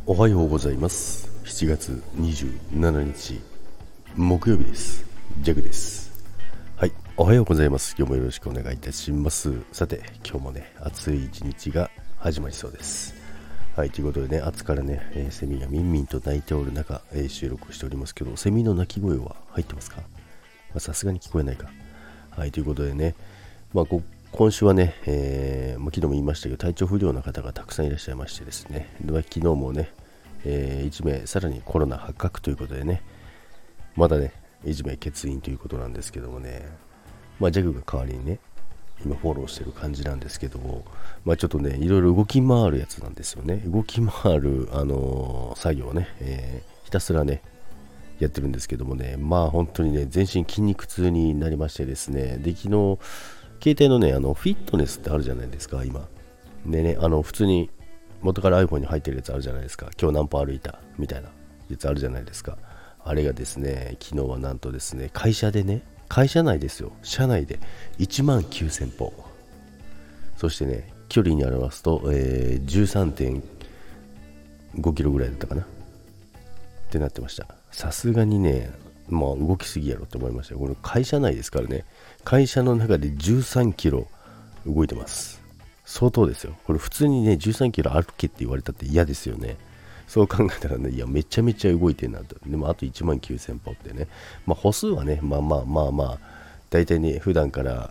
おはようございます。7月27日木曜日です。ジャグです。はい、おはようございます。今日もよろしくお願いいたします。さて、今日もね、暑い一日が始まりそうです。はい、ということでね、暑からね、セミがみんみんと鳴いておる中、収録しておりますけど、セミの鳴き声は入ってますか？さすがに聞こえないか。はい、ということでね、今週はね、昨日も言いましたけど、体調不良な方がたくさんいらっしゃいましてですね、昨日もね、1名さらにコロナ発覚ということでね、まだね、1名欠員ということなんですけどもね、ジャグが代わりにね、今フォローしてる感じなんですけども、ちょっとね、いろいろ動き回るやつなんですよね。動き回る、作業をね、ひたすらね、やってるんですけどもね、本当にね、全身筋肉痛になりましてですね、で、昨日、携帯のね、フィットネスってあるじゃないですか、今。でね、普通に元から iPhone に入ってるやつあるじゃないですか。今日何歩歩いたみたいなやつあるじゃないですか。あれがですね、昨日はなんとですね、会社でね、会社内ですよ、社内で1万9000歩。そしてね、距離に表すと、13.5 キロぐらいだったかなってなってました。さすがにね、動きすぎやろって思いましたよ。これ会社内ですからね、会社の中で13キロ動いてます。相当ですよ。これ普通にね、13キロ歩けって言われたって嫌ですよね。そう考えたらね、いや、めちゃめちゃ動いてんなと。でもあと1万9000歩ってね、歩数はね、だいたいね、普段から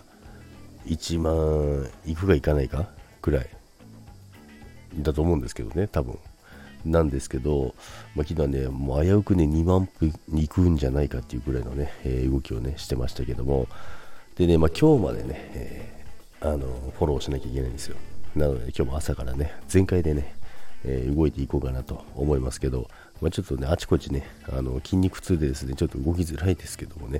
1万いくかいかないかくらいだと思うんですけどね、多分。なんですけど、昨日はね、もう危うくね、2万歩に行くんじゃないかっていうくらいのね、動きをね、してましたけども、でね、今日までね、フォローしなきゃいけないんですよ。なので、今日も朝からね、全開でね、動いていこうかなと思いますけど、ちょっとね、あちこちね、筋肉痛でですね、ちょっと動きづらいですけどもね、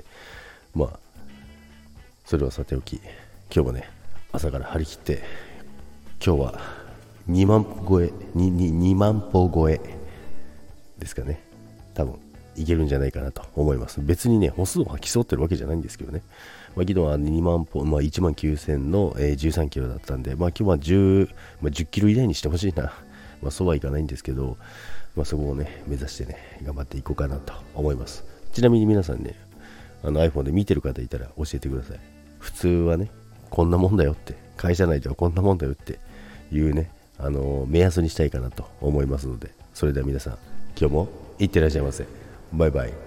それはさておき、今日もね、朝から張り切って、今日は、2万歩超え2万歩超えですかね。多分いけるんじゃないかなと思います。別にね、歩数を競ってるわけじゃないんですけどね。昨日は2万歩、1万9000の、13キロだったんで、今日は10キロ以内にしてほしいな。そうはいかないんですけど、そこをね、目指してね、頑張っていこうかなと思います。ちなみに皆さんね、iPhone で見てる方いたら教えてください。普通はね、こんなもんだよって、会社内ではこんなもんだよっていうね、目安にしたいかなと思いますので、それでは皆さん、今日もいってらっしゃいませ。バイバイ。